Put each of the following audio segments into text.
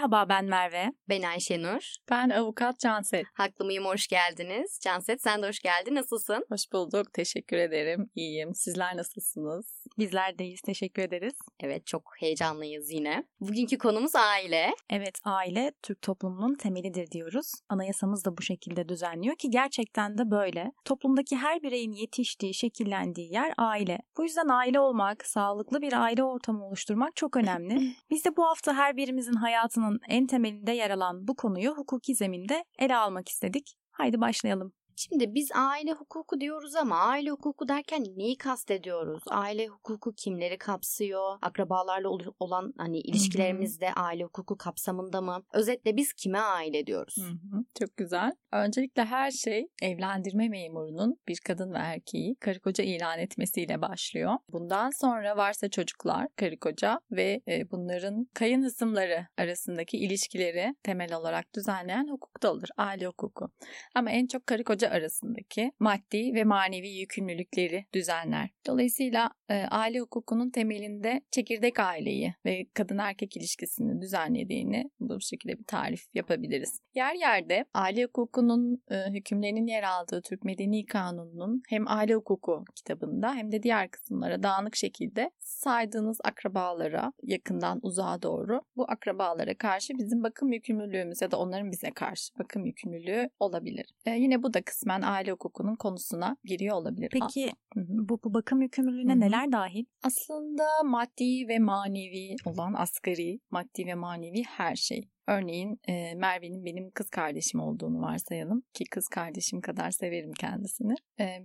Merhaba, ben Merve. Ben Ayşenur. Ben avukat Canset. Haklı mıyım? Hoş geldiniz. Canset, sen de hoş geldin. Nasılsın? Hoş bulduk. Teşekkür ederim. İyiyim. Sizler nasılsınız? Bizler deyiz, teşekkür ederiz. Evet, çok heyecanlıyız yine. Bugünkü konumuz aile. Evet, aile Türk toplumunun temelidir diyoruz. Anayasamız da bu şekilde düzenliyor ki gerçekten de böyle. Toplumdaki her bireyin yetiştiği, şekillendiği yer aile. Bu yüzden aile olmak, sağlıklı bir aile ortamı oluşturmak çok önemli. Biz de bu hafta her birimizin hayatının en temelinde yer alan bu konuyu hukuki zeminde ele almak istedik. Haydi başlayalım. Şimdi biz aile hukuku diyoruz ama aile hukuku derken neyi kastediyoruz? Aile hukuku kimleri kapsıyor? Akrabalarla olan ilişkilerimiz de aile hukuku kapsamında mı? Özetle biz kime aile diyoruz? Çok güzel. Öncelikle her şey evlendirme memurunun bir kadın ve erkeği karı koca ilan etmesiyle başlıyor. Bundan sonra varsa çocuklar, karı koca ve bunların kayın hısımları arasındaki ilişkileri temel olarak düzenleyen hukuk dalıdır. Aile hukuku. Ama en çok karı koca arasındaki maddi ve manevi yükümlülükleri düzenler. Dolayısıyla aile hukukunun temelinde çekirdek aileyi ve kadın erkek ilişkisini düzenlediğini bu şekilde bir tarif yapabiliriz. Yer yerde aile hukukunun hükümlerinin yer aldığı Türk Medeni Kanunu'nun hem aile hukuku kitabında hem de diğer kısımlara dağınık şekilde saydığınız akrabalara yakından uzağa doğru bu akrabalara karşı bizim bakım yükümlülüğümüz ya da onların bize karşı bakım yükümlülüğü olabilir. Yine bu da kısmen aile hukukunun konusuna giriyor olabilir. Peki bu bakım yükümlülüğüne neler dahil? Aslında maddi ve manevi olan asgari, maddi ve manevi her şey. Örneğin Merve'nin benim kız kardeşim olduğunu varsayalım ki kız kardeşim kadar severim kendisini.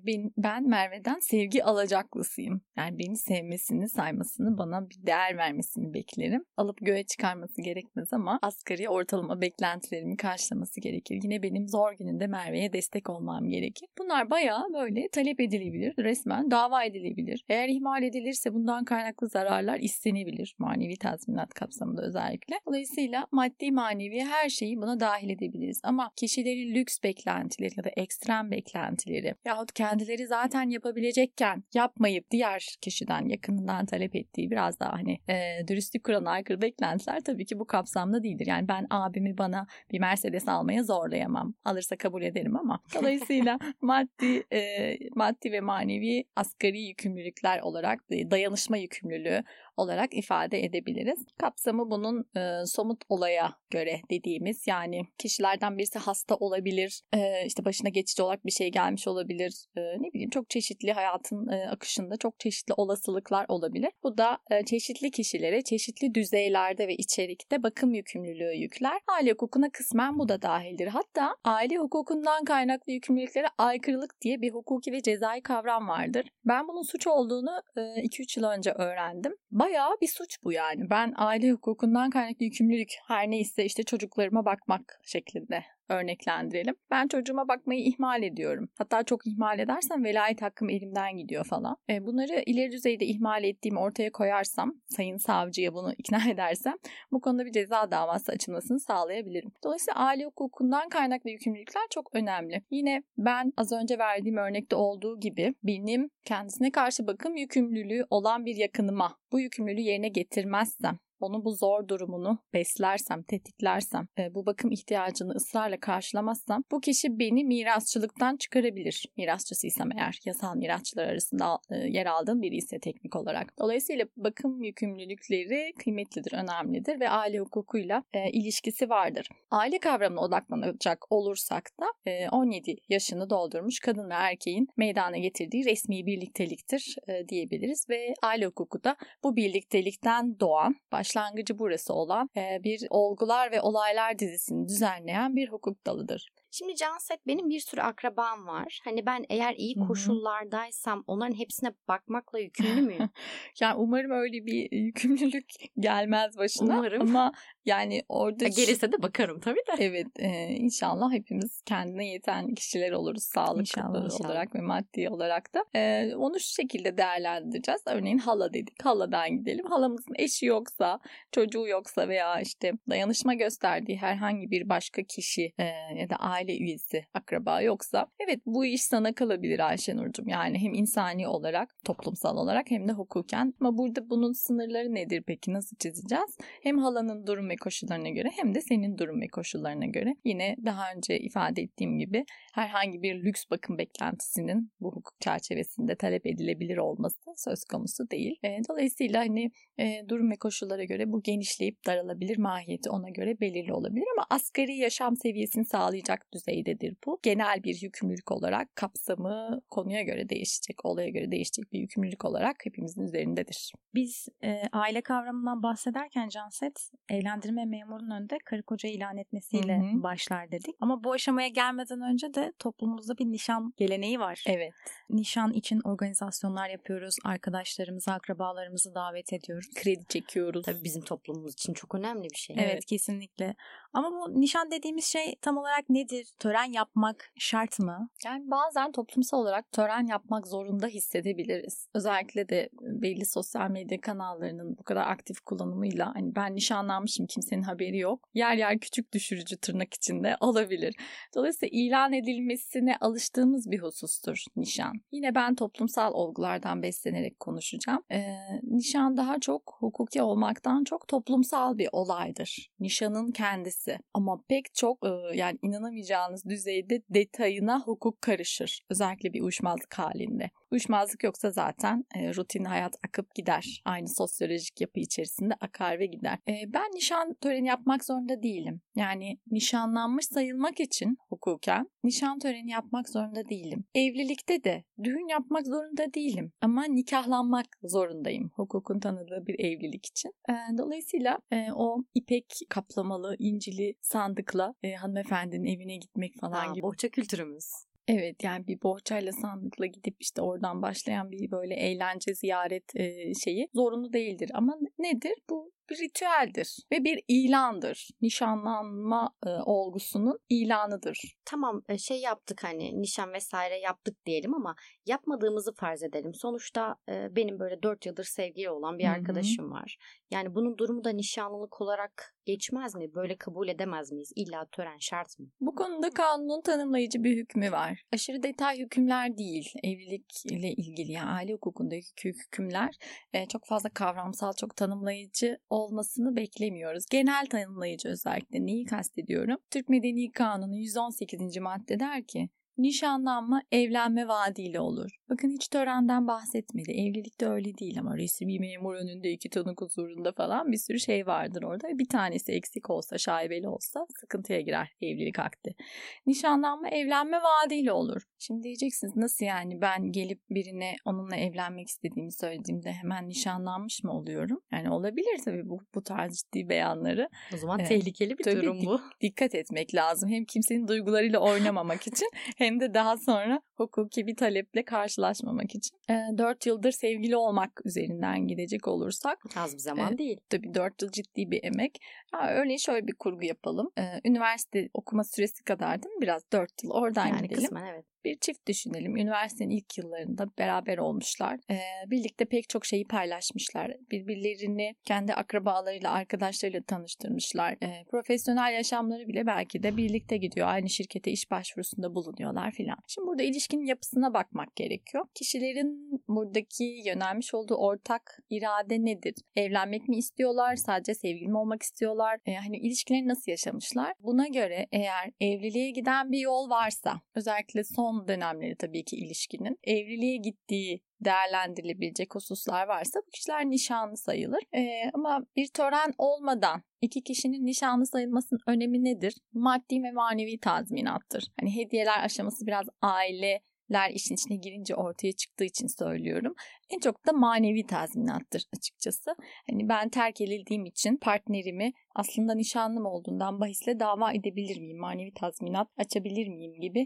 Ben Merve'den sevgi alacaklısıyım. Yani beni sevmesini, saymasını, bana bir değer vermesini beklerim. Alıp göğe çıkarması gerekmez ama asgari ortalama beklentilerimi karşılaması gerekir. Yine benim zor gününde Merve'ye destek olmam gerekir. Bunlar bayağı böyle talep edilebilir, resmen dava edilebilir. Eğer ihmal edilirse bundan kaynaklı zararlar istenebilir. Manevi tazminat kapsamında özellikle. Dolayısıyla maddi manevi her şeyi buna dahil edebiliriz. Ama kişilerin lüks beklentileri ya da ekstrem beklentileri yahut kendileri zaten yapabilecekken yapmayıp diğer kişiden, yakınından talep ettiği biraz daha dürüstlük kuralına aykırı beklentiler tabii ki bu kapsamda değildir. Yani ben abimi bana bir Mercedes almaya zorlayamam. Alırsa kabul ederim ama dolayısıyla maddi ve manevi asgari yükümlülükler olarak dayanışma yükümlülüğü olarak ifade edebiliriz. Kapsamı bunun somut olaya göre dediğimiz, yani kişilerden birisi hasta olabilir, işte başına geçici olarak bir şey gelmiş olabilir, çok çeşitli hayatın akışında çok çeşitli olasılıklar olabilir. Bu da çeşitli kişilere çeşitli düzeylerde ve içerikte bakım yükümlülüğü yükler. Aile hukukuna kısmen bu da dahildir. Hatta aile hukukundan kaynaklı yükümlülüklere aykırılık diye bir hukuki ve cezai kavram vardır. Ben bunun suç olduğunu 2-3 yıl önce öğrendim. Bayağı bir suç bu yani. Ben aile hukukundan kaynaklı yükümlülük her neyse işte çocuklarıma bakmak şeklinde örneklendirelim. Ben çocuğuma bakmayı ihmal ediyorum. Hatta çok ihmal edersem velayet hakkım elimden gidiyor falan. Bunları ileri düzeyde ihmal ettiğimi ortaya koyarsam, sayın savcıya bunu ikna edersem bu konuda bir ceza davası açılmasını sağlayabilirim. Dolayısıyla aile hukukundan kaynaklı yükümlülükler çok önemli. Yine ben az önce verdiğim örnekte olduğu gibi benim kendisine karşı bakım yükümlülüğü olan bir yakınıma bu yükümlülüğü yerine getirmezsem, onun bu zor durumunu beslersem, tetiklersem, bu bakım ihtiyacını ısrarla karşılamazsam bu kişi beni mirasçılıktan çıkarabilir. Mirasçısıysam eğer, yasal mirasçılar arasında yer aldığım biri ise teknik olarak. Dolayısıyla bakım yükümlülükleri kıymetlidir, önemlidir ve aile hukukuyla ilişkisi vardır. Aile kavramına odaklanacak olursak da 17 yaşını doldurmuş kadın ve erkeğin meydana getirdiği resmi birlikteliktir diyebiliriz ve aile hukuku da bu birliktelikten doğan, başlangıcı burası olan bir olgular ve olaylar dizisini düzenleyen bir hukuk dalıdır. Şimdi Canset, benim bir sürü akrabam var. Ben eğer iyi koşullardaysam onların hepsine bakmakla yükümlü müyüm? Yani umarım öyle bir yükümlülük gelmez başına. Umarım. Ama yani orada... Gelirse de bakarım tabii de. Evet, inşallah hepimiz kendine yeten kişiler oluruz sağlıklı olarak ve maddi olarak da. Onu şu şekilde değerlendireceğiz. Örneğin hala dedik. Haladan gidelim. Halamızın eşi yoksa, çocuğu yoksa veya işte dayanışma gösterdiği herhangi bir başka kişi ya da aile üyesi, akraba yoksa evet bu iş sana kalabilir Ayşenur'cum. Yani hem insani olarak, toplumsal olarak hem de hukuken. Ama burada bunun sınırları nedir peki? Nasıl çizeceğiz? Hem halanın durum ve koşullarına göre hem de senin durum ve koşullarına göre. Yine daha önce ifade ettiğim gibi herhangi bir lüks bakım beklentisinin bu hukuk çerçevesinde talep edilebilir olması söz konusu değil. Dolayısıyla hani durum ve koşullara göre bu genişleyip daralabilir, mahiyeti ona göre belirli olabilir ama asgari yaşam seviyesini sağlayacak düzeydedir bu. Genel bir yükümlülük olarak kapsamı konuya göre değişecek, olaya göre değişecek bir yükümlülük olarak hepimizin üzerindedir. Biz aile kavramından bahsederken Canset, evlendirme memurun önünde karı koca ilan etmesiyle başlar dedik. Ama bu aşamaya gelmeden önce de toplumumuzda bir nişan geleneği var. Evet. Nişan için organizasyonlar yapıyoruz. Arkadaşlarımızı, akrabalarımızı davet ediyoruz. Kredi çekiyoruz. Tabii bizim toplumumuz için çok önemli bir şey. Evet, kesinlikle. Ama bu nişan dediğimiz şey tam olarak nedir? Tören yapmak şart mı? Yani bazen toplumsal olarak tören yapmak zorunda hissedebiliriz. Özellikle de belli sosyal medya kanallarının bu kadar aktif kullanımıyla hani ben nişanlanmışım kimsenin haberi yok. Yer yer küçük düşürücü tırnak içinde olabilir. Dolayısıyla ilan edilmesine alıştığımız bir husustur nişan. Yine ben toplumsal olgulardan beslenerek konuşacağım. Nişan daha çok hukuki olmaktan çok toplumsal bir olaydır. Nişanın kendisi. Ama pek çok yani inanamayacağınız düzeyde detayına hukuk karışır. Özellikle bir uyuşmazlık halinde. Uyuşmazlık yoksa zaten rutin hayat akıp gider. Aynı sosyolojik yapı içerisinde akar ve gider. Ben nişan töreni yapmak zorunda değilim. Yani nişanlanmış sayılmak için hukuken nişan töreni yapmak zorunda değilim. Evlilikte de düğün yapmak zorunda değilim. Ama nikahlanmak zorundayım hukukun tanıdığı bir evlilik için. Dolayısıyla o ipek kaplamalı, incili sandıkla hanımefendinin evine gitmek falan gibi. Bohça kültürümüz. Evet, yani bir bohçayla sandıkla gidip işte oradan başlayan bir böyle eğlence ziyaret şeyi zorunlu değildir. Ama nedir? Bu bir ritüeldir ve bir ilandır. Nişanlanma olgusunun ilanıdır. Tamam yaptık hani nişan vesaire yaptık diyelim ama yapmadığımızı farz edelim. Sonuçta benim böyle 4 yıldır sevgili olan bir arkadaşım var. Yani bunun durumu da nişanlılık olarak geçmez mi? Böyle kabul edemez miyiz? İlla tören şart mı? Bu konuda kanunun tanımlayıcı bir hükmü var. Aşırı detay hükümler değil. Evlilikle ilgili yani aile hukukundaki hükümler çok fazla kavramsal, çok tanımlayıcı olmasını beklemiyoruz. Genel tanımlayıcı özellikle neyi kastediyorum? Türk Medeni Kanunu 118. madde der ki nişanlanma evlenme vaadiyle olur. Bakın hiç törenden bahsetmedi. Evlilikte öyle değil ama resmi memur önünde 2 tanık huzurunda falan bir sürü şey vardır orada. Bir tanesi eksik olsa, şaibeli olsa sıkıntıya girer evlilik akdi. Nişanlanma evlenme vaadiyle olur. Şimdi diyeceksiniz nasıl yani ben gelip birine onunla evlenmek istediğimi söylediğimde hemen nişanlanmış mı oluyorum? Yani olabilir tabii bu tarz ciddi beyanları. O zaman tehlikeli bir durum bu. Dikkat etmek lazım. Hem kimsenin duygularıyla oynamamak için hem de daha sonra hukuki bir taleple karşılaşmamak için. 4 yıldır sevgili olmak üzerinden gidecek olursak. Az bir zaman değil. Tabii 4 yıl ciddi bir emek. Örneğin şöyle bir kurgu yapalım. Üniversite okuma süresi kadar değil mi? Biraz 4 yıl oradan yani gidelim. Kısmen evet. Bir çift düşünelim. Üniversitenin ilk yıllarında beraber olmuşlar. Birlikte pek çok şeyi paylaşmışlar. Birbirlerini kendi akrabalarıyla, arkadaşlarıyla tanıştırmışlar. Profesyonel yaşamları bile belki de birlikte gidiyor. Aynı şirkete iş başvurusunda bulunuyorlar filan. Şimdi burada ilişkinin yapısına bakmak gerekiyor. Kişilerin buradaki yönelmiş olduğu ortak irade nedir? Evlenmek mi istiyorlar? Sadece sevgili mi olmak istiyorlar? Hani ilişkileri nasıl yaşamışlar? Buna göre eğer evliliğe giden bir yol varsa, özellikle son dönemleri tabii ki ilişkinin evliliğe gittiği değerlendirilebilecek hususlar varsa bu kişiler nişanlı sayılır. Ama bir tören olmadan iki kişinin nişanlı sayılmasının önemi nedir? Maddi ve manevi tazminattır. Hani hediyeler aşaması biraz aileler işin içine girince ortaya çıktığı için söylüyorum. En çok da manevi tazminattır açıkçası. Hani ben terk edildiğim için partnerimi aslında nişanlım olduğundan bahisle dava edebilir miyim? Manevi tazminat açabilir miyim gibi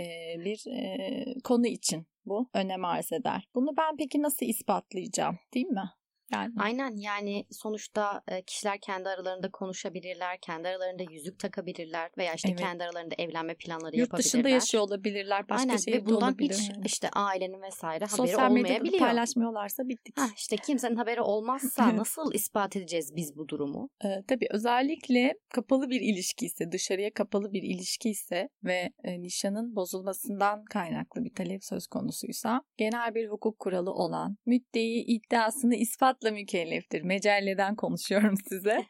bir konu için bu önem arz eder. Bunu ben peki nasıl ispatlayacağım, değil mi? Yani. Aynen, yani sonuçta kişiler kendi aralarında konuşabilirler, kendi aralarında yüzük takabilirler veya işte kendi aralarında evlenme planları Yurt yapabilirler. dışında yaşıyor olabilirler, başka Aynen. şehirde ve bundan olabilir. hiç işte ailenin vesaire haberi Sosyal medyada olmayabiliyor. paylaşmıyorlarsa bittik. İşte kimsenin haberi olmazsa nasıl ispat edeceğiz biz bu durumu? Tabii özellikle kapalı bir ilişki ise, dışarıya kapalı bir ilişki ise ve nişanın bozulmasından kaynaklı bir talep söz konusuysa genel bir hukuk kuralı olan müddei iddiasını ispatla mükelleftir. Mecelleden konuşuyorum size.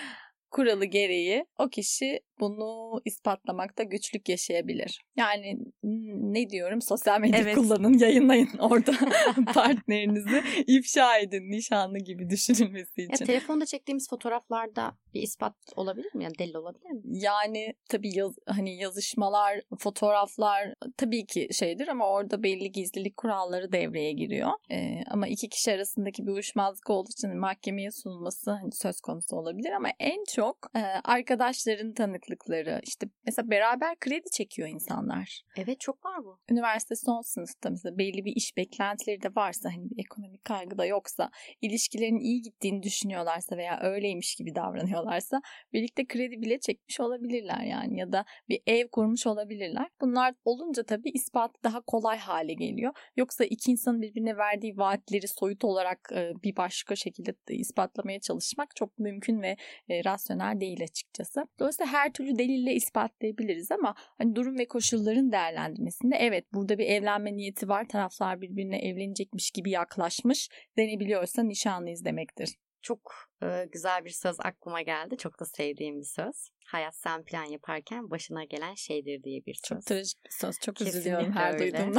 Kuralı gereği o kişi bunu ispatlamakta güçlük yaşayabilir. Yani ne diyorum? Sosyal medya kullanın, yayınlayın orada partnerinizi ifşa edin, nişanlı gibi düşünülmesi için. Telefonda çektiğimiz fotoğraflarda bir ispat olabilir mi? Yani delil olabilir mi? Yani tabii yazışmalar, fotoğraflar tabii ki şeydir ama orada belli gizlilik kuralları devreye giriyor. Ama iki kişi arasındaki bir uyuşmazlık olduğu için mahkemeye sunulması söz konusu olabilir ama en çok arkadaşların tanıklıkları, işte mesela beraber kredi çekiyor insanlar. Evet, çok var bu. Üniversite son sınıfta mesela belli bir iş beklentileri de varsa, hani bir ekonomik kaygı da yoksa, ilişkilerin iyi gittiğini düşünüyorlarsa veya öyleymiş gibi davranıyorlarsa birlikte kredi bile çekmiş olabilirler yani, ya da bir ev kurmuş olabilirler. Bunlar olunca tabii ispatı daha kolay hale geliyor. Yoksa iki insanın birbirine verdiği vaatleri soyut olarak bir başka şekilde ispatlamaya çalışmak çok mümkün ve rasyonel değil açıkçası. Dolayısıyla her türlü delille ispatlayabiliriz ama hani durum ve koşulların değerlendirmesinde evet, burada bir evlenme niyeti var, taraflar birbirine evlenecekmiş gibi yaklaşmış denebiliyorsa nişanlıyız demektir. Çok güzel bir söz aklıma geldi. Çok da sevdiğim bir söz. Hayat sen plan yaparken başına gelen şeydir diye bir söz. Çok trajik bir söz. Çok Kesinlikle üzülüyorum her öyle. duyduğumda.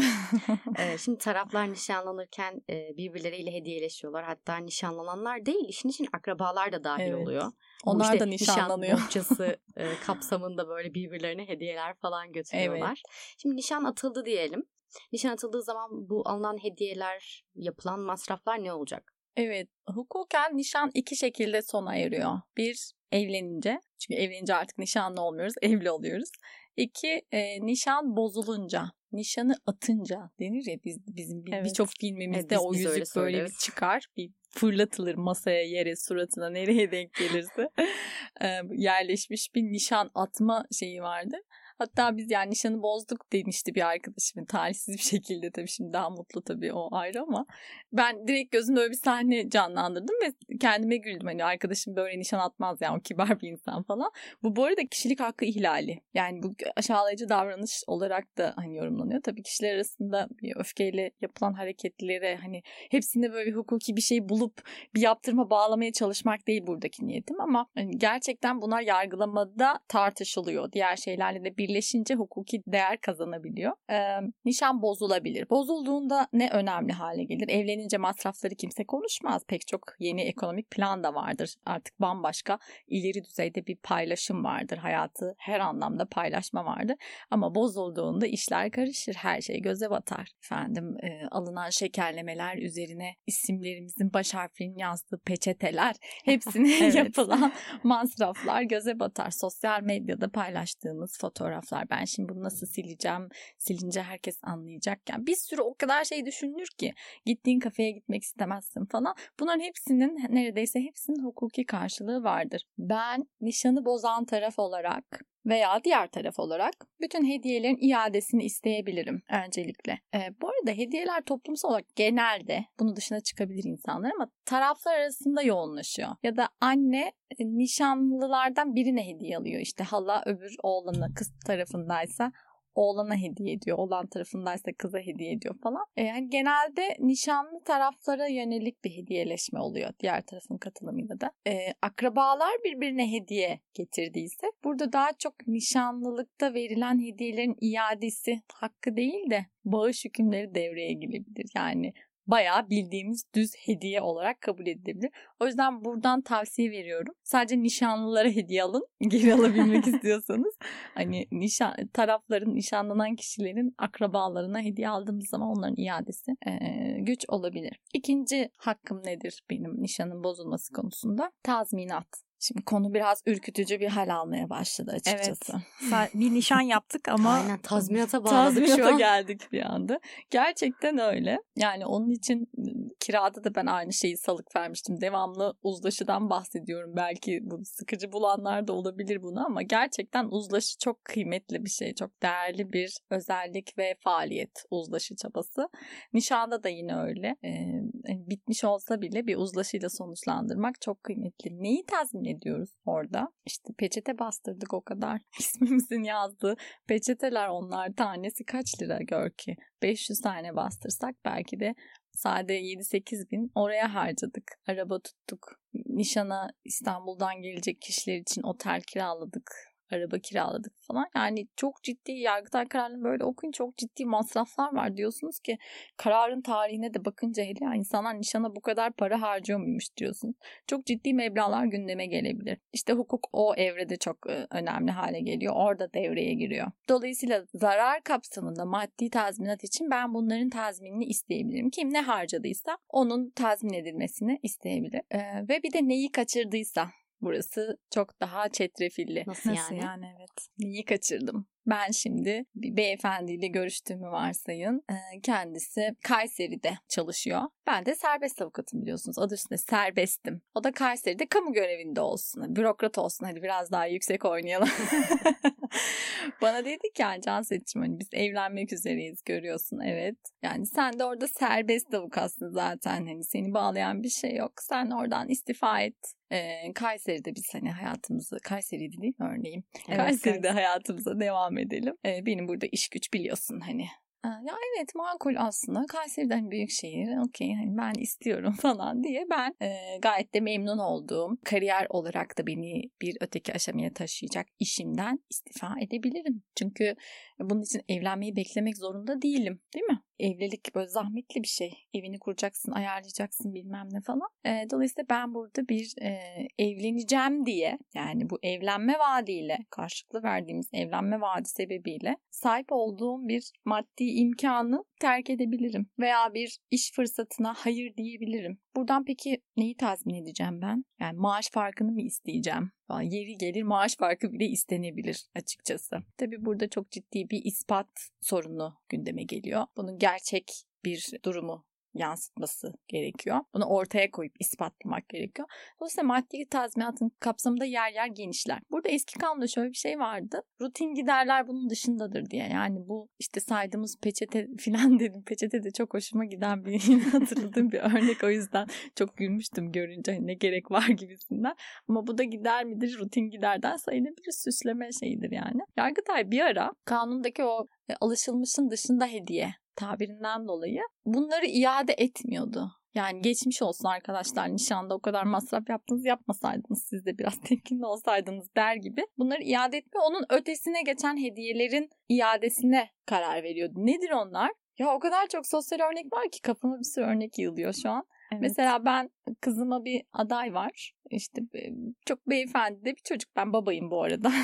Şimdi taraflar nişanlanırken birbirleriyle hediyeleşiyorlar. Hatta nişanlananlar değil, işin için akrabalar da dahil oluyor. Onlar işte da nişanlanıyor. Nişan bohçası kapsamında böyle birbirlerine hediyeler falan götürüyorlar. Evet. Şimdi nişan atıldı diyelim. Nişan atıldığı zaman bu alınan hediyeler, yapılan masraflar ne olacak? Evet, hukuken nişan iki şekilde sona eriyor. Bir, evlenince. Çünkü evlenince artık nişanlı olmuyoruz, evli oluyoruz. İki, nişan bozulunca. Nişanı atınca denir ya, bizim birçok filmimizde o yüzük böyle bir çıkar, bir fırlatılır masaya, yere, suratına, nereye denk gelirse yerleşmiş bir nişan atma şeyi vardı. Hatta biz yani nişanı bozduk demişti bir arkadaşımın, talihsiz bir şekilde, tabii şimdi daha mutlu tabii, o ayrı, ama ben direkt gözümde öyle bir sahne canlandırdım ve kendime güldüm. Hani arkadaşım böyle nişan atmaz yani, o kibar bir insan falan. Bu arada kişilik hakkı ihlali. Yani bu aşağılayıcı davranış olarak da hani yorumlanıyor. Tabii kişiler arasında bir öfkeyle yapılan hareketlere hani hepsinde böyle bir hukuki bir şey bulup bir yaptırma bağlamaya çalışmak değil buradaki niyetim, ama hani gerçekten bunlar yargılamada tartışılıyor. Diğer şeylerle de birleşince hukuki değer kazanabiliyor. Nişan bozulabilir. Bozulduğunda ne önemli hale gelir? Evlenince masrafları kimse konuşmaz. Pek çok yeni ekonomik plan da vardır. Artık bambaşka ileri düzeyde bir paylaşım vardır. Hayatı her anlamda paylaşma vardır. Ama bozulduğunda işler karışır. Her şey göze batar. Alınan şekerlemeler üzerine isimlerimizin baş harflerinin yazdığı peçeteler, hepsine evet. yapılan masraflar göze batar. Sosyal medyada paylaştığımız fotoğraflar. Ben şimdi bunu nasıl sileceğim? Silince herkes anlayacak. Yani bir sürü o kadar şey düşünülür ki. Gittiğin kafeye gitmek istemezsin falan. Bunların hepsinin, neredeyse hepsinin hukuki karşılığı vardır. Ben nişanı bozan taraf olarak veya diğer taraf olarak bütün hediyelerin iadesini isteyebilirim öncelikle. Bu arada hediyeler toplumsal olarak genelde, bunun dışına çıkabilir insanlar, ama taraflar arasında yoğunlaşıyor. Ya da anne nişanlılardan birine hediye alıyor. İşte hala öbür oğlana, kız tarafındaysa oğlana hediye ediyor. Oğlan tarafındaysa kıza hediye ediyor falan. Yani genelde nişanlı taraflara yönelik bir hediyeleşme oluyor. Diğer tarafın katılımıyla da. Akrabalar birbirine hediye getirdiyse burada daha çok nişanlılıkta verilen hediyelerin iadesi hakkı değil de bağış hükümleri devreye girebilir. Yani bayağı bildiğimiz düz hediye olarak kabul edilebilir. O yüzden buradan tavsiye veriyorum. Sadece nişanlılara hediye alın. Geri alabilmek istiyorsanız. Hani tarafların, nişanlanan kişilerin akrabalarına hediye aldığımız zaman onların iadesi güç olabilir. İkinci hakkım nedir benim nişanın bozulması konusunda? Tazminat. Şimdi konu biraz ürkütücü bir hal almaya başladı açıkçası. Evet. Bir nişan yaptık ama aynen, tazminata bağladık şu an. Geldik bir anda. Gerçekten öyle. Yani onun için kirada da ben aynı şeyi salık vermiştim. Devamlı uzlaşıdan bahsediyorum. Belki bu sıkıcı bulanlar da olabilir bunu ama gerçekten uzlaşı çok kıymetli bir şey. Çok değerli bir özellik ve faaliyet uzlaşı çabası. Nişanda da yine öyle. Bitmiş olsa bile bir uzlaşıyla sonuçlandırmak çok kıymetli. Neyi tazmin ediyoruz orada? İşte peçete bastırdık o kadar. İsmimizin yazdığı peçeteler, onlar tanesi kaç lira gör ki? 500 tane bastırsak belki de sade 7-8 bin oraya harcadık. Araba tuttuk. Nişana İstanbul'dan gelecek kişiler için otel kiraladık. Araba kiraladık falan. Yani çok ciddi, Yargıtay kararını böyle okuyun, çok ciddi masraflar var. Diyorsunuz ki kararın tarihine de bakınca hele ya insanlar nişana bu kadar para harcıyor muymuş diyorsun. Çok ciddi meblağlar gündeme gelebilir. İşte hukuk o evrede çok önemli hale geliyor. Orada devreye giriyor. Dolayısıyla zarar kapsamında maddi tazminat için ben bunların tazminini isteyebilirim. Kim ne harcadıysa onun tazmin edilmesini isteyebilir. Ve bir de neyi kaçırdıysa, burası çok daha çetrefilli. Nasıl yani? Yani evet. Neyi kaçırdım? Ben şimdi bir beyefendiyle görüştüğümü varsayın. Kendisi Kayseri'de çalışıyor. Ben de serbest avukatım biliyorsunuz. Adı üstünde serbestim. O da Kayseri'de kamu görevinde olsun. Bürokrat olsun. Hadi biraz daha yüksek oynayalım. Bana dedi ki yani Canset'cim hani biz evlenmek üzereyiz görüyorsun. Evet. Yani sen de orada serbest avukatsın zaten. Hani seni bağlayan bir şey yok. Sen oradan istifa et. Kayseri'de biz hani hayatımızı, Kayseri'de değil mi örneğin? Evet, Kayseri'de hayatımıza devam edelim. Benim burada iş güç biliyorsun hani. Ya evet makul aslında. Kayseri'den büyük şehir. Okey hani ben istiyorum falan diye ben gayet de memnun olduğum, kariyer olarak da beni bir öteki aşamaya taşıyacak işimden istifa edebilirim. Çünkü bunun için evlenmeyi beklemek zorunda değilim, değil mi? Evlilik böyle zahmetli bir şey. Evini kuracaksın, ayarlayacaksın bilmem ne falan. Dolayısıyla ben burada bir evleneceğim diye, yani bu evlenme vaadiyle, karşılıklı verdiğimiz evlenme vaadi sebebiyle sahip olduğum bir maddi imkanı terk edebilirim. Veya bir iş fırsatına hayır diyebilirim. Buradan peki neyi tazmin edeceğim ben? Yani maaş farkını mı isteyeceğim? Yeri gelir maaş farkı bile istenebilir açıkçası. Tabii burada çok ciddi bir ispat sorunu gündeme geliyor. Bunun gerçek bir durumu yansıtması gerekiyor. Bunu ortaya koyup ispatlamak gerekiyor. Dolayısıyla maddi tazminatın kapsamında yer yer genişler. Burada eski kanunda şöyle bir şey vardı. Rutin giderler bunun dışındadır diye. Yani bu işte saydığımız peçete filan dedim. Peçete de çok hoşuma giden bir hatırladığım bir örnek. O yüzden çok gülmüştüm görünce ne gerek var gibisinden. Ama bu da gider midir? Rutin giderden sayılabilir. Süsleme şeyidir yani. Yargıtay bir ara kanundaki o alışılmışın dışında hediye tabirinden dolayı bunları iade etmiyordu. Yani geçmiş olsun arkadaşlar, nişanda o kadar masraf yaptınız, yapmasaydınız siz de biraz temkinli olsaydınız der gibi. Bunları iade etmiyor, onun ötesine geçen hediyelerin iadesine karar veriyordu. Nedir onlar? Ya o kadar çok sosyal örnek var ki kafama bir sürü örnek yığılıyor şu an. Evet. Mesela ben kızıma bir aday var. İşte çok beyefendi de bir çocuk. Ben babayım bu arada.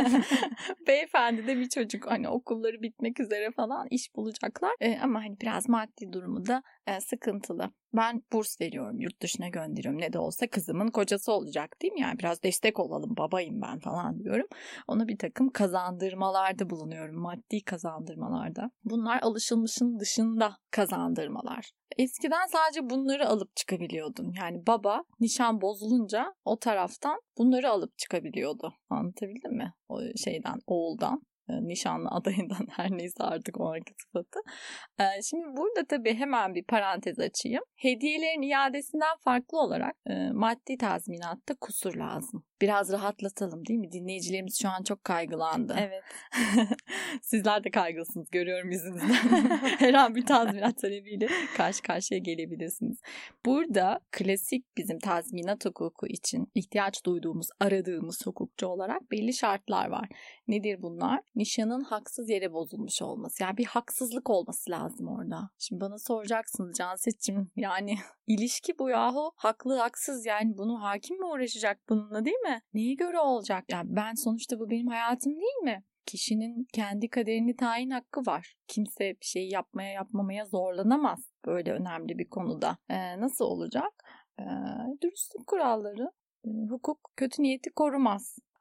Beyefendi de bir çocuk. Hani okulları bitmek üzere falan iş bulacaklar. Ama hani biraz maddi durumu da sıkıntılı. Ben burs veriyorum. Yurt dışına gönderiyorum. Ne de olsa kızımın kocası olacak değil mi? Yani biraz destek olalım. Babayım ben falan diyorum. Ona bir takım kazandırmalarda bulunuyorum. Maddi kazandırmalarda. Bunlar alışılmışın dışında kazandırmalar. Eskiden sadece bunları alıp çıkabiliyordun. Yani baba nişan bozulunca o taraftan bunları alıp çıkabiliyordu. Anlatabildim mi? O şeyden, oğuldan. Nişanlı adayından her neyse artık o anki sıfatı. Şimdi burada tabii hemen bir parantez açayım. Hediyelerin iadesinden farklı olarak maddi tazminatta kusur lazım. Biraz rahatlatalım değil mi? Dinleyicilerimiz şu an çok kaygılandı. Evet. Sizler de kaygılısınız görüyorum yüzünüzden. Her an bir tazminat talebiyle karşı karşıya gelebilirsiniz. Burada klasik bizim tazminat hukuku için ihtiyaç duyduğumuz, aradığımız hukukçu olarak belli şartlar var. Nedir bunlar? Nişanın haksız yere bozulmuş olması. Yani bir haksızlık olması lazım orada. Şimdi bana soracaksınız Canset'cim, yani ilişki bu yahu. Haklı haksız, yani bunu hakim mi uğraşacak bununla değil mi? Neye göre olacak? Yani ben sonuçta bu benim hayatım değil mi? Kişinin kendi kaderini tayin hakkı var. Kimse bir şey yapmaya yapmamaya zorlanamaz böyle önemli bir konuda. Nasıl olacak? Dürüstlük kuralları, hukuk kötü niyeti korumaz.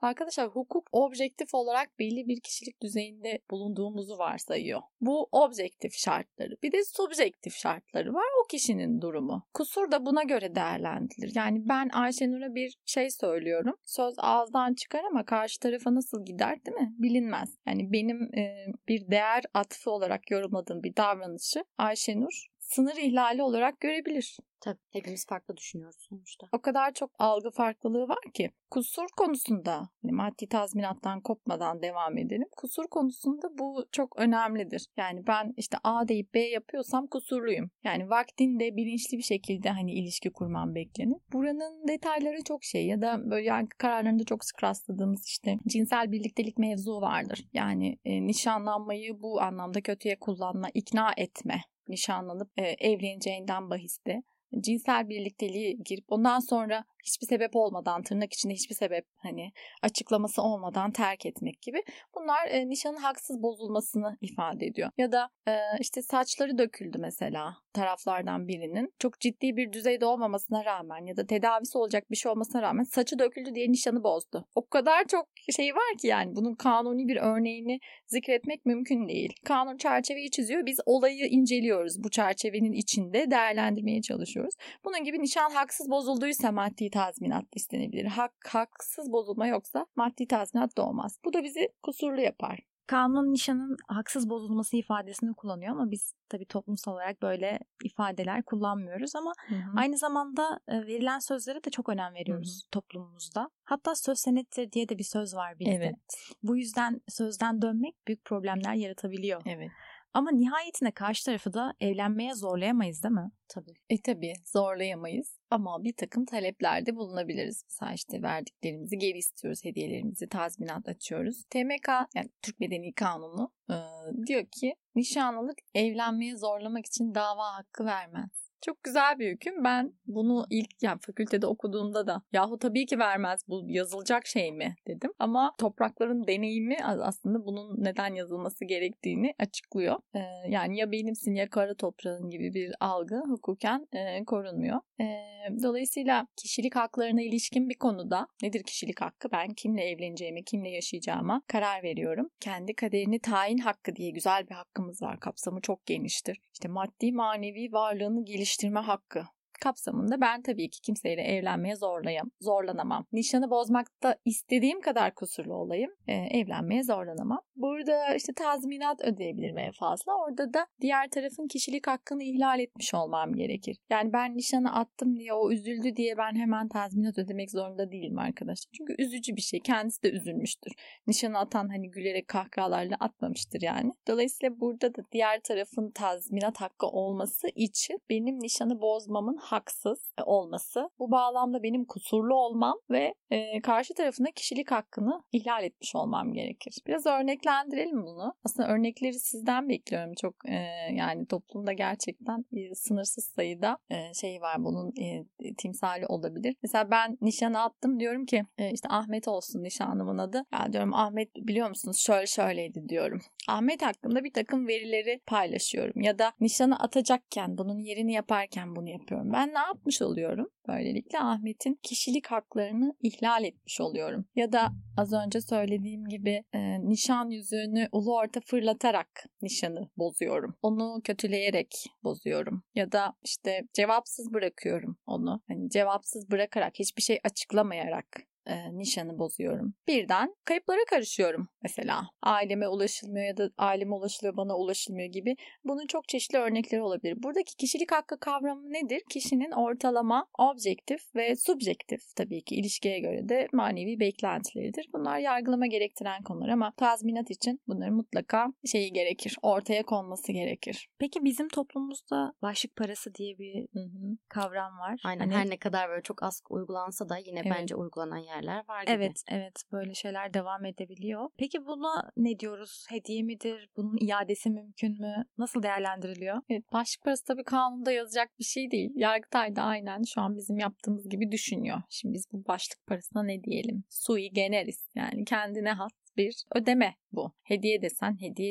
arkadaşlar hukuk objektif olarak belli bir kişilik düzeyinde bulunduğumuzu varsayıyor. Bu objektif şartları. Bir de subjektif şartları var. O kişinin durumu. Kusur da buna göre değerlendirilir. Yani ben Ayşenur'a bir şey söylüyorum. Söz ağızdan çıkar ama karşı tarafa nasıl gider değil mi? Bilinmez. Yani benim bir değer atfı olarak yorumladığım bir davranışı Ayşenur sınır ihlali olarak görebilir. Tabii hepimiz farklı düşünüyoruz sonuçta. O kadar çok algı farklılığı var ki. Kusur konusunda maddi tazminattan kopmadan devam edelim. Kusur konusunda bu çok önemlidir. Yani ben işte A deyip B yapıyorsam kusurluyum. Yani vaktinde bilinçli bir şekilde hani ilişki kurmam beklenir. Buranın detayları çok ya da böyle yargı kararlarında çok sık rastladığımız işte cinsel birliktelik mevzu vardır. Yani nişanlanmayı bu anlamda kötüye kullanma, ikna etme. Nişanlanıp evleneceğinden bahiste cinsel birlikteliğe girip ondan sonra hiçbir sebep olmadan, tırnak içinde hiçbir sebep hani açıklaması olmadan terk etmek gibi. Bunlar nişanın haksız bozulmasını ifade ediyor. Ya da işte saçları döküldü mesela taraflardan birinin. Çok ciddi bir düzeyde olmamasına rağmen ya da tedavisi olacak bir şey olmasına rağmen saçı döküldü diye nişanı bozdu. O kadar çok şey var ki yani bunun kanuni bir örneğini zikretmek mümkün değil. Kanun çerçeveyi çiziyor. Biz olayı inceliyoruz. Bu çerçevenin içinde değerlendirmeye çalışıyoruz. Bunun gibi nişan haksız bozulduysa maddi tazminat istenebilir. Haksız bozulma yoksa maddi tazminat da olmaz. Bu da bizi kusurlu yapar. Kanun nişanın haksız bozulması ifadesini kullanıyor ama biz tabii toplumsal olarak böyle ifadeler kullanmıyoruz ama aynı zamanda verilen sözlere de çok önem veriyoruz toplumumuzda. Hatta söz senettir diye de bir söz var bizde. Evet. Bu yüzden sözden dönmek büyük problemler yaratabiliyor. Evet. Ama nihayetinde karşı tarafı da evlenmeye zorlayamayız değil mi? Tabii. Tabii zorlayamayız ama bir takım taleplerde bulunabiliriz. Mesela işte verdiklerimizi geri istiyoruz, hediyelerimizi tazminat açıyoruz. TMK yani Türk Medeni Kanunu diyor ki nişanlılık evlenmeye zorlamak için dava hakkı vermez. Çok güzel bir hüküm. Ben bunu ilk fakültede okuduğumda da yahu tabii ki vermez bu yazılacak şey mi dedim. Ama toprakların deneyimi aslında bunun neden yazılması gerektiğini açıklıyor. Yani ya benimsin ya kara toprağın gibi bir algı hukuken korunmuyor. Dolayısıyla kişilik haklarına ilişkin bir konuda nedir kişilik hakkı? Ben kimle evleneceğime, kimle yaşayacağıma karar veriyorum. Kendi kaderini tayin hakkı diye güzel bir hakkımız var. Kapsamı çok geniştir. İşte maddi manevi varlığını geliştirme hakkı kapsamında ben tabii ki kimseyle evlenmeye zorlanamam. Nişanı bozmakta istediğim kadar kusurlu olayım. Evlenmeye zorlanamam. Burada işte tazminat ödeyebilirim en fazla. Orada da diğer tarafın kişilik hakkını ihlal etmiş olmam gerekir. Yani ben nişanı attım diye o üzüldü diye ben hemen tazminat ödemek zorunda değilim arkadaşlar. Çünkü üzücü bir şey. Kendisi de üzülmüştür. Nişanı atan hani gülerek kahkahalarla atmamıştır yani. Dolayısıyla burada da diğer tarafın tazminat hakkı olması için benim nişanı bozmamın haksız olması, bu bağlamda benim kusurlu olmam ve karşı tarafına kişilik hakkını ihlal etmiş olmam gerekir. Biraz örneklendirelim bunu. Aslında örnekleri sizden bekliyorum çok. Yani toplumda gerçekten sınırsız sayıda şey var bunun timsali olabilir. Mesela ben nişanı attım diyorum ki işte Ahmet olsun nişanlımın adı. Ya diyorum Ahmet biliyor musunuz şöyleydi diyorum. Ahmet hakkında bir takım verileri paylaşıyorum ya da nişanı atacakken bunun yerini yaparken bunu yapıyorum. Ben ne yapmış oluyorum? Böylelikle Ahmet'in kişilik haklarını ihlal etmiş oluyorum. Ya da az önce söylediğim gibi nişan yüzüğünü ulu orta fırlatarak nişanı bozuyorum. Onu kötüleyerek bozuyorum. Ya da işte cevapsız bırakıyorum onu. Hani cevapsız bırakarak hiçbir şey açıklamayarak nişanı bozuyorum. Birden kayıplara karışıyorum mesela. Aileme ulaşılmıyor ya da aileme ulaşılıyor bana ulaşılmıyor gibi. Bunun çok çeşitli örnekleri olabilir. Buradaki kişilik hakkı kavramı nedir? Kişinin ortalama, objektif ve subjektif tabii ki ilişkiye göre de manevi beklentileridir. Bunlar yargılama gerektiren konular ama tazminat için bunların mutlaka şeyi gerekir. Ortaya konması gerekir. Peki bizim toplumumuzda başlık parası diye bir kavram var. Aynen her ne kadar böyle çok az uygulansa da yine bence uygulanan yerler var gibi. Evet böyle şeyler devam edebiliyor. Peki buna ne diyoruz? Hediye midir? Bunun iadesi mümkün mü? Nasıl değerlendiriliyor? Evet, başlık parası tabii kanunda yazacak bir şey değil. Yargıtay da aynen şu an bizim yaptığımız gibi düşünüyor. Şimdi biz bu başlık parasına ne diyelim? Sui generis yani kendine has bir ödeme bu. Hediye desen hediye değil.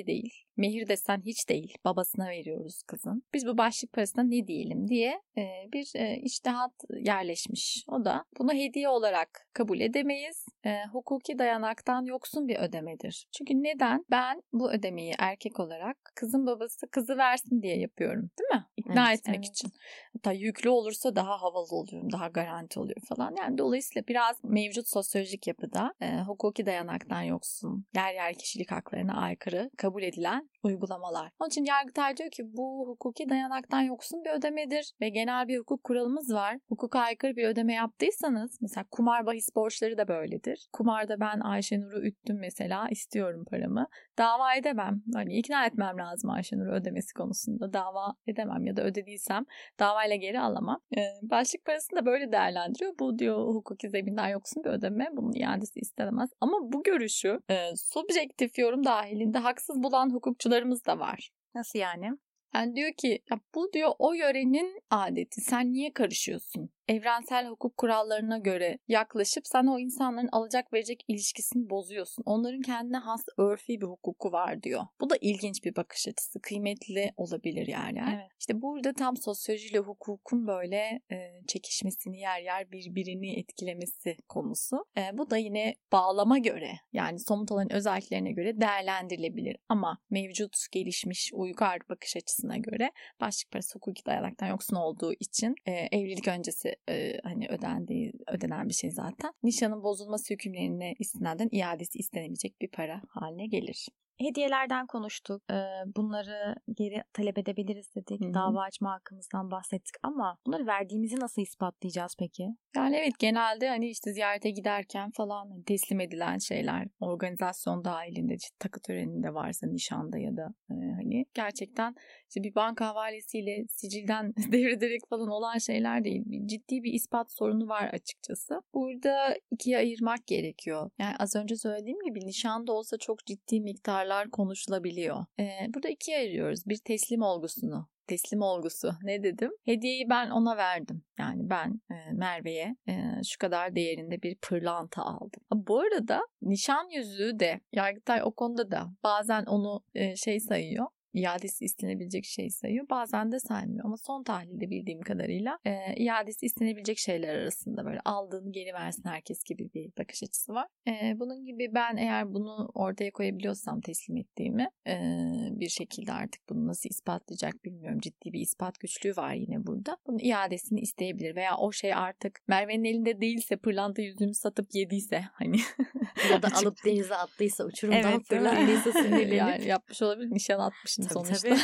Mehir desen hiç değil. Babasına veriyoruz kızın. Biz bu başlık parasına ne diyelim diye bir içtihat yerleşmiş. O da bunu hediye olarak kabul edemeyiz. Hukuki dayanaktan yoksun bir ödemedir. Çünkü neden? Ben bu ödemeyi erkek olarak kızın babası kızı versin diye yapıyorum. Değil mi? İkna etmek için. Hatta yüklü olursa daha havalı oluyorum. Daha garanti oluyor falan. Yani dolayısıyla biraz mevcut sosyolojik yapıda hukuki dayanaktan yoksun, yer kişilik haklarına aykırı kabul edilen uygulamalar. Onun için Yargıtay diyor ki bu hukuki dayanaktan yoksun bir ödemedir ve genel bir hukuk kuralımız var. Hukuka aykırı bir ödeme yaptıysanız, mesela kumar bahis borçları da böyledir. Kumarda ben Ayşenur'u üttüm mesela, istiyorum paramı. Dava edemem. Hani ikna etmem lazım Ayşenur'u ödemesi konusunda. Dava edemem ya da ödediysem davayla geri alamam. Başlık parasını da böyle değerlendiriyor. Bu diyor hukuki zeminden yoksun bir ödeme. Bunun iadesi istenemez. Ama bu görüşü subjektif yorum dahilinde haksız bulan hukukçularımız da var. Nasıl yani? Yani diyor ki ya bu diyor o yörenin adeti. Sen niye karışıyorsun? Evrensel hukuk kurallarına göre yaklaşıp sen o insanların alacak verecek ilişkisini bozuyorsun. Onların kendine has örfi bir hukuku var diyor. Bu da ilginç bir bakış açısı. Kıymetli olabilir yani. Evet. İşte burada tam sosyolojiyle hukukun böyle çekişmesini yer birbirini etkilemesi konusu. Bu da yine bağlama göre, yani somut olan özelliklerine göre değerlendirilebilir. Ama mevcut gelişmiş uygar bakış açısına göre başlık parası hukuki dayanaktan yoksun olduğu için evlilik öncesi hani ödenen bir şey zaten. Nişanın bozulması hükümlerine istinaden iadesi istenemeyecek bir para haline gelir. Hediyelerden konuştuk. Bunları geri talep edebiliriz dedik. Hı-hı. Dava açma hakkımızdan bahsettik ama bunları verdiğimizi nasıl ispatlayacağız peki? Yani evet, genelde hani işte ziyarete giderken falan teslim edilen şeyler, organizasyon dahilinde işte takı töreninde varsa, nişanda ya da hani gerçekten işte bir banka havalesiyle sicilden devrederek falan olan şeyler değil. Ciddi bir ispat sorunu var açıkçası. Burada ikiye ayırmak gerekiyor. Yani az önce söylediğim gibi nişanda olsa çok ciddi miktarlar konuşulabiliyor. Burada ikiye ayırıyoruz. Bir teslim olgusunu. Teslim olgusu. Ne dedim? Hediyeyi ben ona verdim. Yani ben Merve'ye şu kadar değerinde bir pırlanta aldım. Bu arada nişan yüzüğü de Yargıtay o konuda da bazen onu sayıyor. İadesi istenebilecek şey sayıyor. Bazen de saymıyor. Ama son tahlilde bildiğim kadarıyla iadesi istenebilecek şeyler arasında böyle aldığını geri versin herkes gibi bir bakış açısı var. Bunun gibi ben eğer bunu ortaya koyabiliyorsam teslim ettiğimi bir şekilde artık bunu nasıl ispatlayacak bilmiyorum. Ciddi bir ispat güçlüğü var yine burada. Bunun iadesini isteyebilir veya o şey artık Merve'nin elinde değilse, pırlanta yüzüğünü satıp yediyse hani ya da alıp denize attıysa, uçurumdan fırlattıysa sinirlenip yani yapmış olabilir, nişan atmış sonuçta. Tabii.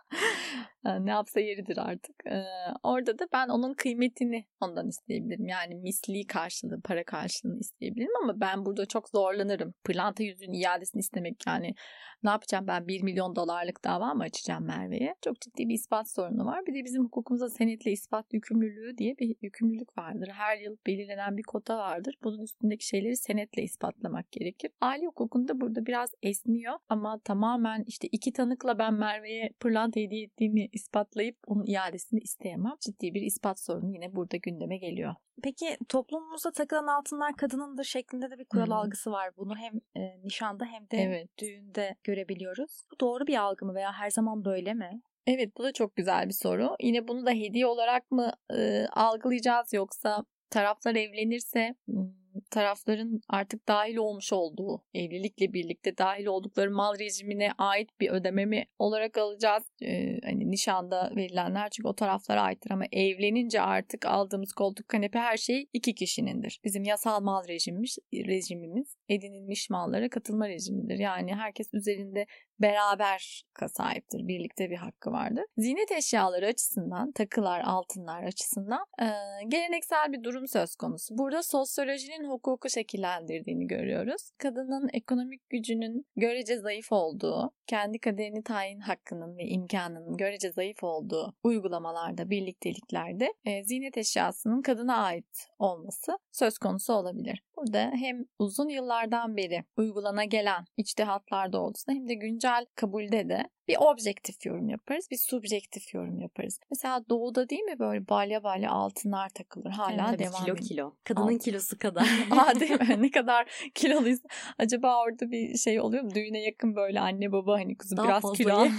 Ne yapsa yeridir artık. Orada da ben onun kıymetini ondan isteyebilirim. Yani misli karşılığı, para karşılığını isteyebilirim ama ben burada çok zorlanırım. Pırlanta yüzüğün iadesini istemek, yani ne yapacağım ben, 1 milyon dolarlık dava mı açacağım Merve'ye? Çok ciddi bir ispat sorunu var. Bir de bizim hukukumuzda senetle ispat yükümlülüğü diye bir yükümlülük vardır. Her yıl belirlenen bir kota vardır. Bunun üstündeki şeyleri senetle ispatlamak gerekir. Aile hukukunda burada biraz esniyor ama tamamen işte 2 tanıkla ben Merve'ye pırlanta hediye ettiğimi ispatlayıp onun iadesini isteyemem. Ciddi bir ispat sorunu yine burada gündeme geliyor. Peki toplumumuzda takılan altınlar kadınındır şeklinde de bir kural algısı var. Bunu hem nişanda hem de düğünde görebiliyoruz. Bu doğru bir algı mı veya her zaman böyle mi? Evet, bu da çok güzel bir soru. Yine bunu da hediye olarak mı algılayacağız, yoksa taraflar evlenirse tarafların artık dahil olmuş olduğu, evlilikle birlikte dahil oldukları mal rejimine ait bir ödeme mi olarak alacağız? Hani nişanda verilenler çünkü o taraflara aittir ama evlenince artık aldığımız koltuk, kanepe, her şey 2 kişinindir. Bizim yasal mal rejimimiz edinilmiş mallara katılma rejimidir. Yani herkes üzerinde beraber sahiptir. Birlikte bir hakkı vardır. Ziynet eşyaları açısından, takılar, altınlar açısından geleneksel bir durum söz konusu. Burada sosyolojinin hukuku şekillendirdiğini görüyoruz. Kadının ekonomik gücünün görece zayıf olduğu, kendi kaderini tayin hakkının ve imkanının görece zayıf olduğu uygulamalarda, birlikteliklerde ziynet eşyasının kadına ait olması söz konusu olabilir. burada hem uzun yıllardan beri uygulana gelen içtihatlar doğrultusunda hem de güncel kabulde de bir objektif yorum yaparız, bir subjektif yorum yaparız. Mesela doğuda değil mi böyle balya balya altınlar takılır. Hala Evet, devam ediyor. kilo. Kadının kilosu kadar. Değil mi? Ne kadar kiloluyuz. Acaba orada bir şey oluyor mu? Düğüne yakın böyle anne baba hani kızım Daha biraz fazla kilo ye.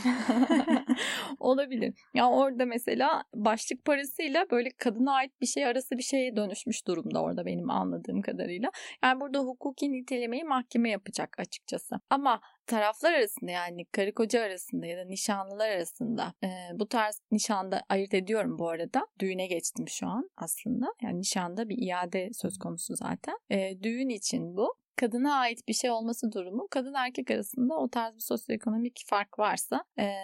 olabilir. Ya orada mesela başlık parasıyla böyle kadına ait bir şey arası bir şeye dönüşmüş durumda orada benim anladığım kadarıyla. Yani burada hukuki nitelemeyi mahkeme yapacak açıkçası. Ama taraflar arasında yani karı koca arasında ya da nişanlılar arasında bu tarz nişanda ayırt ediyorum bu arada. Düğüne geçtim şu an aslında. Yani nişanda bir iade söz konusu zaten. Düğün için bu. Kadına ait bir şey olması durumu kadın erkek arasında o tarz bir sosyoekonomik fark varsa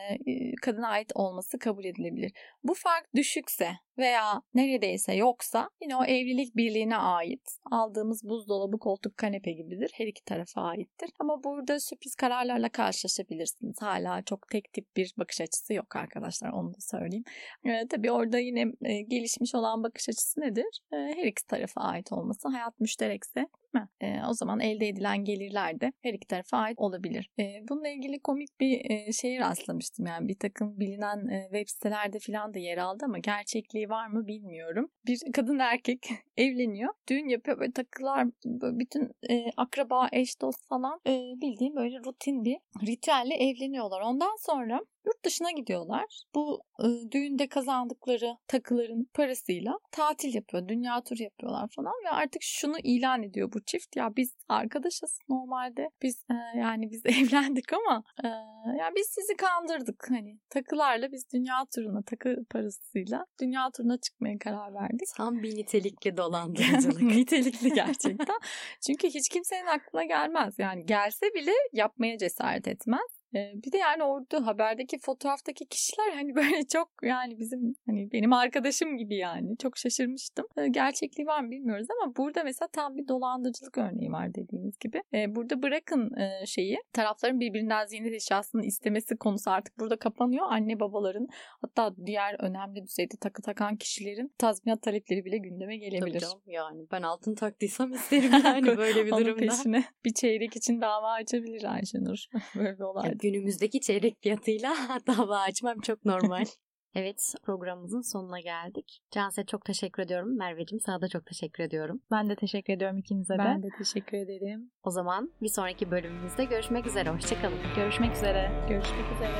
kadına ait olması kabul edilebilir. Bu fark düşükse veya neredeyse yoksa yine o evlilik birliğine ait aldığımız buzdolabı, koltuk, kanepe gibidir. Her iki tarafa aittir. Ama burada sürpriz kararlarla karşılaşabilirsiniz. Hala çok tek tip bir bakış açısı yok arkadaşlar, onu da söyleyeyim. Tabii orada yine gelişmiş olan bakış açısı nedir? Her iki tarafa ait olması. Hayat müşterekse değil mi? O zaman elde edilen gelirler de her iki tarafa ait olabilir. Bununla ilgili komik bir şeye rastlamıştım. Yani bir takım bilinen web sitelerde falan da yer aldı ama gerçekliği var mı bilmiyorum. Bir kadın erkek evleniyor. Düğün yapıyor, böyle takılar, böyle bütün akraba, eş, dost falan bildiğim böyle rutin bir ritüelle evleniyorlar. Ondan sonra yurt dışına gidiyorlar. Bu düğünde kazandıkları takıların parasıyla tatil yapıyor, dünya turu yapıyorlar falan ve artık şunu ilan ediyor bu çift. Ya biz arkadaşız normalde. Biz yani biz evlendik ama yani biz sizi kandırdık. Hani takılarla biz dünya turuna, takı parasıyla dünya turuna çıkmaya karar verdik. Tam bir nitelikli dolandırıcılık. Nitelikli gerçekten. Çünkü hiç kimsenin aklına gelmez. Yani gelse bile yapmaya cesaret etmez. Bir de yani orada haberdeki fotoğraftaki kişiler hani böyle çok yani bizim hani benim arkadaşım gibi yani çok şaşırmıştım. Gerçekliği var mı bilmiyoruz ama burada mesela tam bir dolandırıcılık örneği var dediğimiz gibi. Burada bırakın şeyi, tarafların birbirinden ziynet eşyasını istemesi konusu artık burada kapanıyor. Anne babaların, hatta diğer önemli düzeyde takı takan kişilerin tazminat talepleri bile gündeme gelebilir. Tabii canım, yani ben altın taktıysam isterim yani böyle bir Onun durumda. peşine bir çeyrek için dava açabilir Ayşenur böyle bir olay. Günümüzdeki çeyrek fiyatıyla dava açmam çok normal. Evet, programımızın sonuna geldik. Cansel'e çok teşekkür ediyorum. Merveciğim, sana da çok teşekkür ediyorum. Ben de teşekkür ediyorum ikinize de. Ben de teşekkür ederim. O zaman bir sonraki bölümümüzde görüşmek üzere. Hoşçakalın. Görüşmek üzere. Görüşmek üzere.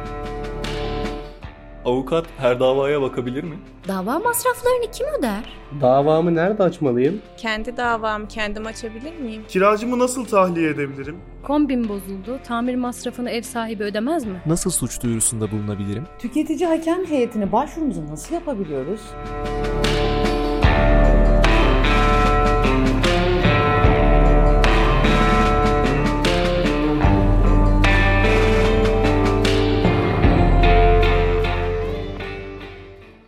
Avukat her davaya bakabilir mi? Dava masraflarını kim öder? Davamı nerede açmalıyım? Kendi davamı kendim açabilir miyim? Kiracımı nasıl tahliye edebilirim? Kombin bozuldu. Tamir masrafını ev sahibi ödemez mi? Nasıl suç duyurusunda bulunabilirim? Tüketici hakem heyetine başvurumuzu nasıl yapabiliyoruz?